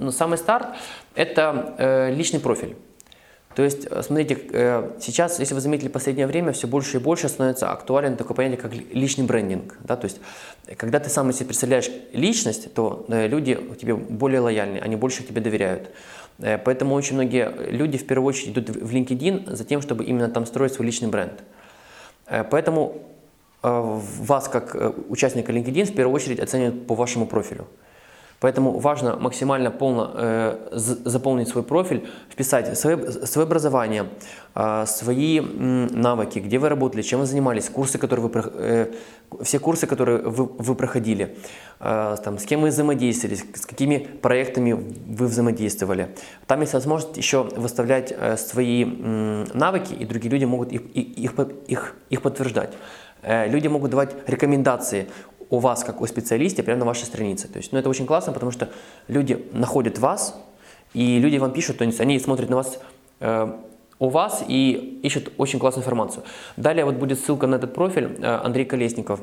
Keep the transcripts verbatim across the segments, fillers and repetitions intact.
ну, самый старт – это э, личный профиль. То есть, смотрите, э, сейчас, если вы заметили, в последнее время все больше и больше становится актуален такое понятие, как личный брендинг. Да? То есть, когда ты сам себе представляешь личность, то э, люди тебе более лояльны, они больше тебе доверяют. Э, поэтому очень многие люди в первую очередь идут в LinkedIn за тем, чтобы именно там строить свой личный бренд. Э, поэтому э, вас, как э, участника LinkedIn, в первую очередь оценивают по вашему профилю. Поэтому важно максимально полно э, заполнить свой профиль, вписать свое, свое образование, э, свои м, навыки, где вы работали, чем вы занимались, курсы, которые вы, э, все курсы, которые вы, вы проходили, э, там, с кем вы взаимодействовали, с какими проектами вы взаимодействовали. Там есть возможность еще выставлять э, свои м, навыки, и другие люди могут их, их, их, их подтверждать. Э, люди могут давать рекомендации у вас, как о специалисте, прямо на вашей странице. То есть, ну, это очень классно, потому что люди находят вас, и люди вам пишут, то есть они смотрят на вас, э, у вас и ищут очень классную информацию. Далее вот будет ссылка на этот профиль, э, Андрей Колесников.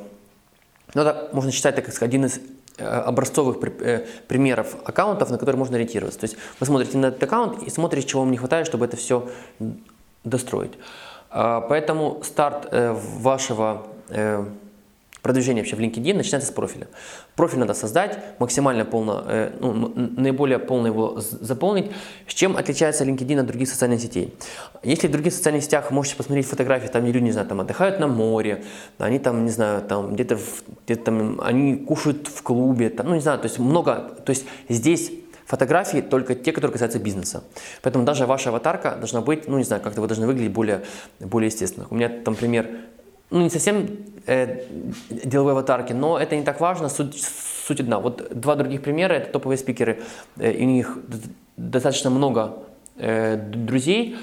Ну, это можно считать так, как один из э, образцовых при, э, примеров аккаунтов, на которые можно ориентироваться. То есть вы смотрите на этот аккаунт и смотрите, чего вам не хватает, чтобы это все достроить. Э, поэтому старт э, вашего э, продвижение вообще в LinkedIn начинается с профиля. Профиль надо создать, максимально полно, э, ну, наиболее полно его заполнить. С чем отличается LinkedIn от других социальных сетей? Если в других социальных сетях можете посмотреть фотографии, там люди, не знаю, там отдыхают на море, они там, не знаю, там где-то, где-то там, они кушают в клубе, там, ну не знаю, то есть много, то есть здесь фотографии только те, которые касаются бизнеса. Поэтому даже ваша аватарка должна быть, ну не знаю, как-то вы должны выглядеть более, более естественно. У меня там пример, ну не совсем э, деловой аватарки, но это не так важно, суть, суть одна. Вот два других примера, это топовые спикеры, э, и у них достаточно много э, друзей,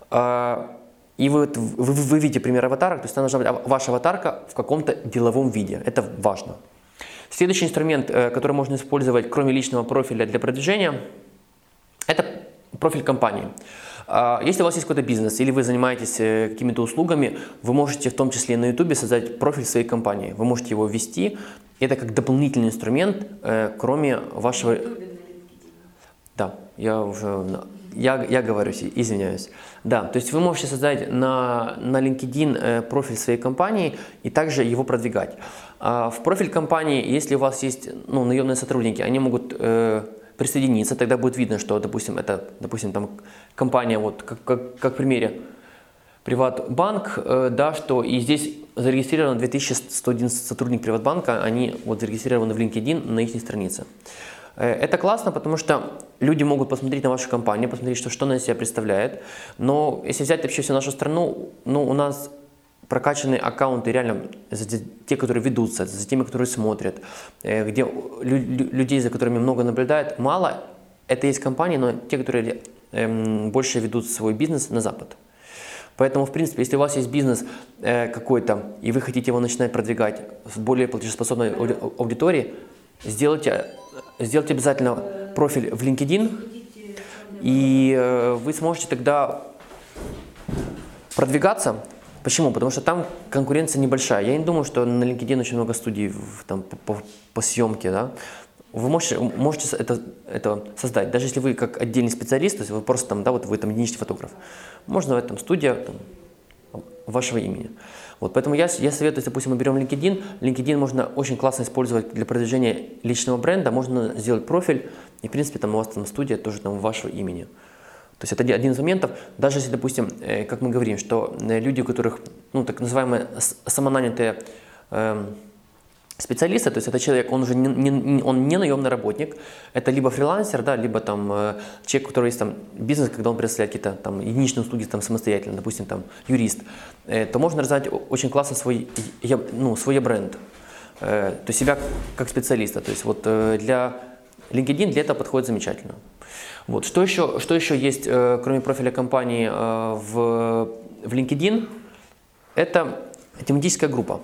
э, и вы, вы, вы видите пример аватарок, то есть она должна быть ваша аватарка в каком-то деловом виде, это важно. Следующий инструмент, э, который можно использовать, кроме личного профиля для продвижения, это профиль компании. Если у вас есть какой-то бизнес или вы занимаетесь какими-то услугами, вы можете в том числе на YouTube создать профиль своей компании. Вы можете его ввести. Это как дополнительный инструмент, кроме вашего... Да, я уже... Я, я говорю, извиняюсь. Да, то есть вы можете создать на, на LinkedIn профиль своей компании и также его продвигать. В профиль компании, если у вас есть ну, наемные сотрудники, они могут... присоединиться, тогда будет видно, что, допустим, это, допустим, там компания, вот, как, как, как в примере, Приватбанк, э, да, что и здесь зарегистрировано две тысячи сто одиннадцать сотрудников Приватбанка, они вот зарегистрированы в LinkedIn на их странице. Э, это классно, потому что люди могут посмотреть на вашу компанию, посмотреть, что, что она из себя представляет, но если взять вообще всю нашу страну, ну, у нас прокачанные аккаунты реально за те, которые ведутся, за теми, которые смотрят, где людей, за которыми много наблюдают, мало. Это есть компании, но те, которые эм, больше ведут свой бизнес на Запад. Поэтому, в принципе, если у вас есть бизнес э, какой-то, и вы хотите его начинать продвигать в более платежеспособной аудитории, сделайте, сделайте обязательно профиль в LinkedIn, и э, вы сможете тогда продвигаться. Почему? Потому что там конкуренция небольшая. Я не думаю, что на LinkedIn очень много студий там, по, по, по съемке. Да? Вы можете, можете это, это создать. Даже если вы как отдельный специалист, то есть вы просто там, да, вот вы там единичный фотограф. Можно в этом студия там, вашего имени. Вот, поэтому я, я советую, допустим, мы берем LinkedIn. LinkedIn можно очень классно использовать для продвижения личного бренда. Можно сделать профиль, и в принципе там у вас там студия тоже там вашего имени. То есть это один из моментов, даже если, допустим, как мы говорим, что люди, у которых, ну, так называемые самонанятые э, специалисты, то есть это человек, он уже не, не, он не наемный работник, это либо фрилансер, да, либо там э, человек, у которого есть там бизнес, когда он предоставляет какие-то там единичные услуги там самостоятельно, допустим, там юрист, э, то можно развивать очень классно свой, я, ну, свой бренд, э, то есть себя как специалиста. То есть вот э, для LinkedIn для этого подходит замечательно. Вот. Что еще, что еще есть, э, кроме профиля компании э, в, в LinkedIn? Это тематическая группа.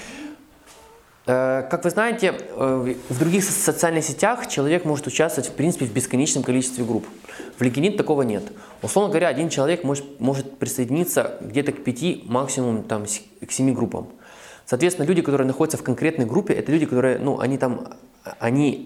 Э, как вы знаете, э, в других социальных сетях человек может участвовать в принципе в бесконечном количестве групп. В LinkedIn такого нет. Условно говоря, один человек может, может присоединиться где-то к пяти, максимум там, к семи группам. Соответственно, люди, которые находятся в конкретной группе, это люди, которые, ну, они там, они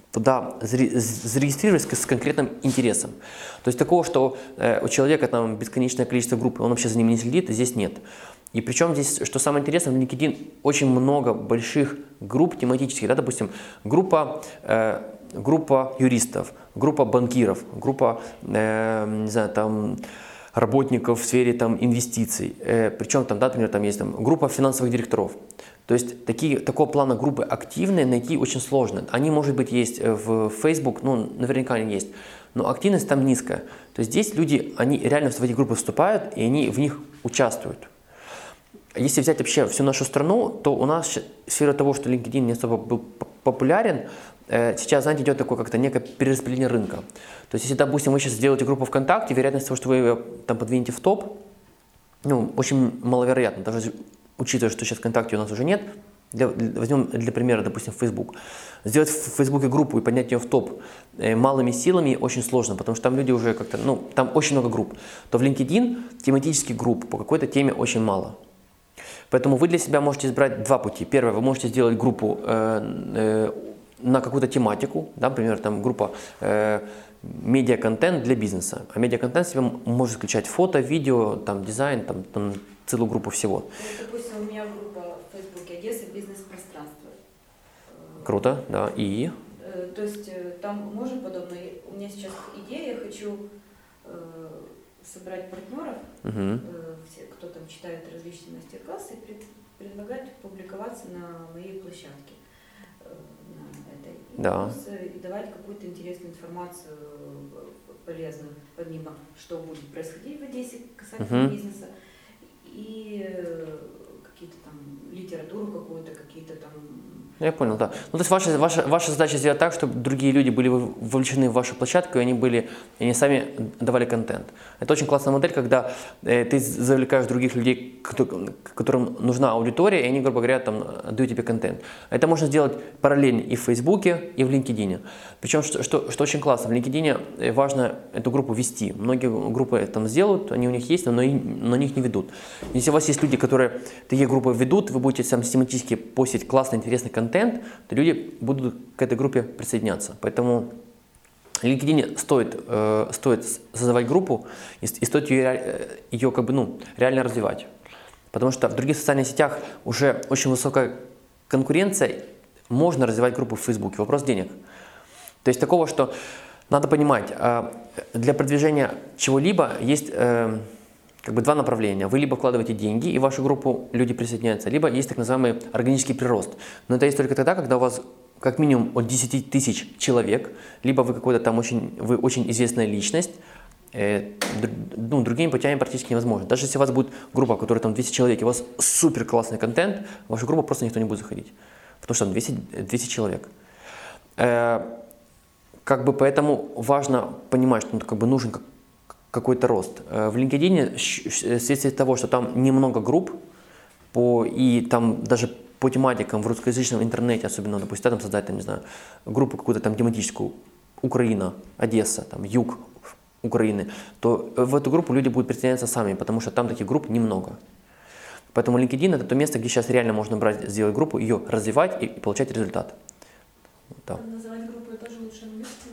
туда зарегистрировались с конкретным интересом. То есть такого, что э, у человека там бесконечное количество групп, он вообще за ними не следит, здесь нет. И причем здесь, что самое интересное, в LinkedIn очень много больших групп тематических, да, допустим, группа, э, группа юристов, группа банкиров, группа, э, не знаю, там, работников в сфере там, инвестиций, э, причем там, да, например, там есть там, группа финансовых директоров. То есть такие, такого плана группы активные найти очень сложно. Они, может быть, есть в Facebook, ну, наверняка они есть, но активность там низкая. То есть здесь люди, они реально в эти группы вступают, и они в них участвуют. Если взять вообще всю нашу страну, то у нас сфера того, что LinkedIn не особо был популярен, сейчас, знаете, идет такое как-то некое перераспределение рынка. То есть, если, допустим, вы сейчас сделаете группу ВКонтакте, вероятность того, что вы ее там подвинете в топ, ну, очень маловероятно, даже учитывая, что сейчас ВКонтакте у нас уже нет. Для, возьмем для примера, допустим, Facebook. Сделать в Фейсбуке группу и поднять ее в топ э, малыми силами очень сложно, потому что там люди уже как-то, ну, там очень много групп. То в LinkedIn тематических групп по какой-то теме очень мало. Поэтому вы для себя можете избрать два пути. Первое, вы можете сделать группу э, э, на какую-то тематику, да, например, там группа э, медиа-контент для бизнеса. А медиа-контент в себя может включать фото, видео, там, дизайн, там, там целую группу всего. Ну, допустим, у меня группа в Фейсбуке «Одесса. Бизнес-пространство». Круто, да, и? То есть там можно подобно. У меня сейчас идея, я хочу э, собрать партнеров, угу. э, все, кто там читает различные мастер-классы, и пред, предлагать публиковаться на моей площадке. Э, на этой. И да. плюс э, давать какую-то интересную информацию полезную, помимо что будет происходить в Одессе касательно угу. бизнеса. И э, какие-то там литературу какую-то, какие-то там... Я понял, да. Ну, то есть ваша, ваша, ваша задача сделать так, чтобы другие люди были вовлечены в вашу площадку, и они, были, и они сами давали контент. Это очень классная модель, когда э, ты завлекаешь других людей, которым нужна аудитория, и они, грубо говоря, там, дают тебе контент. Это можно сделать параллельно и в Фейсбуке, и в LinkedIn. Причем, что, что, что очень классно, в LinkedIn важно эту группу вести. Многие группы там сделают, они у них есть, но, но них не ведут. Если у вас есть люди, которые такие группы ведут, вы будете сам систематически постить классный, интересный контент, то люди будут к этой группе присоединяться. Поэтому в LinkedIn стоит, э, стоит создавать группу и, и стоит ее, ее как бы, ну, реально развивать. Потому что в других социальных сетях уже очень высокая конкуренция, можно развивать группу в Фейсбуке. Вопрос денег. То есть такого, что надо понимать, э, для продвижения чего-либо есть... Э, как бы два направления. Вы либо вкладываете деньги, и в вашу группу люди присоединяются, либо есть так называемый органический прирост. Но это есть только тогда, когда у вас как минимум от десяти тысяч человек, либо вы какой-то там очень, вы очень известная личность, э, ну, другими путями практически невозможно. Даже если у вас будет группа, в которой там двести человек, и у вас супер классный контент, в вашу группу просто никто не будет заходить, потому что там двести, двести человек. Э, как бы поэтому важно понимать, что ну, как бы нужен как какой-то рост. В LinkedIn, вследствие того, что там немного групп, по, и там даже по тематикам в русскоязычном интернете, особенно, допустим, там создать, там, не знаю, группу какую-то там тематическую, Украина, Одесса, там, юг Украины, то в эту группу люди будут присоединяться сами, потому что там таких групп немного. Поэтому LinkedIn — это то место, где сейчас реально можно брать, сделать группу, ее развивать и, и получать результат. Да. Называть группу тоже лучше английским?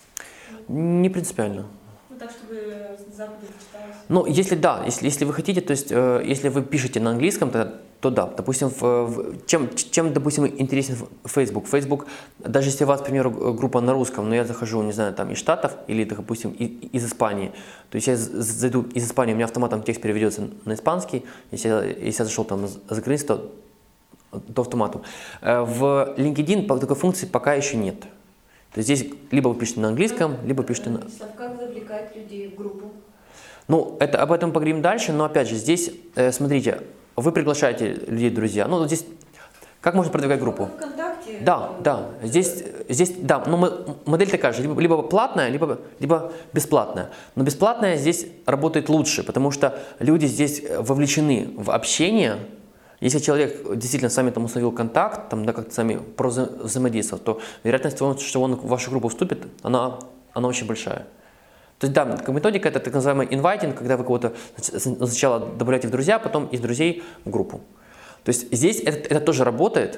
Не принципиально. Так, чтобы с Запада читалось? Ну, если да, если, если вы хотите, то есть, э, если вы пишете на английском, то, то да. Допустим, в, в, чем, чем, допустим, интересен Facebook? Facebook, даже если у вас, к примеру, группа на русском, но я захожу, не знаю, там, из Штатов или, допустим, из, из Испании, то есть я зайду из Испании, у меня автоматом текст переведется на испанский, если я, если я зашел там за границу, то, то автоматом. В LinkedIn такой функции пока еще нет. То есть здесь либо вы пишете на английском, либо пишете на... Как завлекать людей в группу? Ну, это, об этом поговорим дальше, но опять же, здесь, э, смотрите, вы приглашаете людей, друзья. Ну, здесь, как можно продвигать группу? ВКонтакте? Да, да, здесь, здесь, да, но модель такая же, либо, либо платная, либо, либо бесплатная. Но бесплатная здесь работает лучше, потому что люди здесь вовлечены в общение. Если человек действительно с вами там установил контакт, там, да, как-то с вами взаимодействовал, то вероятность того, что он в вашу группу вступит, она, она очень большая. То есть, да, как методика — это так называемый инвайтинг, когда вы кого-то сначала добавляете в друзья, потом из друзей в группу. То есть здесь это, это тоже работает,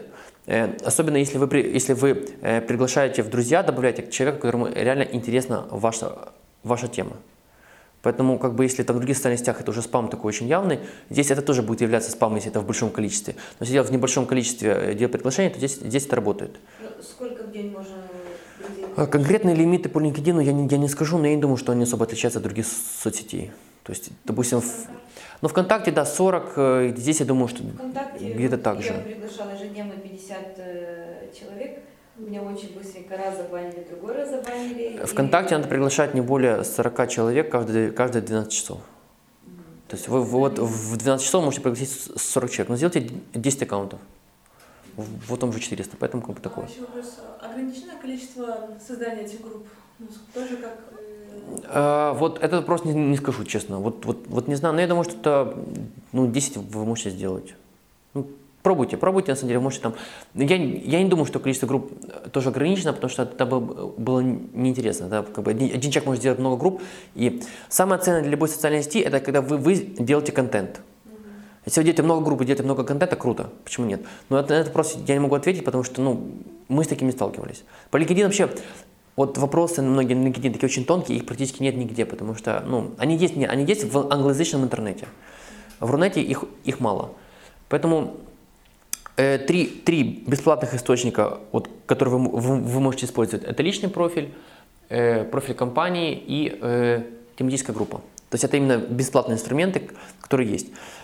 Э, особенно если вы, при- если вы э, приглашаете в друзья, добавляете человека, которому реально интересна ваша, ваша тема. Поэтому, как бы, если там в других социальных сетях это уже спам такой очень явный, здесь это тоже будет являться спамом, если это в большом количестве. Но если делать в небольшом количестве делать приглашений, то здесь, здесь это работает. Ну, сколько в день можно друзей? А конкретные лимиты по LinkedIn я не, я не скажу, но я не думаю, что они особо отличаются от других соцсетей. То есть, допустим, в, ну, ВКонтакте, да, сорок, э, здесь я думаю, что ВКонтакте где-то вот так я же. приглашала ежедневно пятьдесят э, человек. Меня очень быстренько раз забанили, другой раз забанили. ВКонтакте и... надо приглашать не более сорок человек каждые, каждые двенадцать часов. Mm-hmm. То есть вы, вы вот в двенадцать часов можете пригласить сорок человек, но сделайте десять аккаунтов. Вот там уже четыреста, поэтому как бы такое. А еще вопрос. Ограниченное количество создания этих групп? Ну, тоже как... э, А, вот этот вопрос не, не скажу честно. Вот, вот, вот не знаю, но я думаю, что это ну, десять вы можете сделать. Ну, пробуйте, пробуйте, на самом деле, вы можете там... Я, я не думаю, что количество групп тоже ограничено, потому что это было, было неинтересно. Да? Как бы один, один человек может сделать много групп. И самое ценное для любой социальной сети – это когда вы, вы делаете контент. Если вы делаете много групп и делаете много контента, круто. Почему нет? Но это, это просто я не могу ответить, потому что ну, мы с таким не сталкивались. По LinkedIn вообще, вот вопросы на многие на LinkedIn такие очень тонкие, их практически нет нигде, потому что ну, они, есть, не, они есть в англоязычном интернете. В Рунете их, их мало. Поэтому э, три, три бесплатных источника, вот, которые вы, вы, вы можете использовать, это личный профиль, э, профиль компании и э, тематическая группа. То есть это именно бесплатные инструменты, которые есть.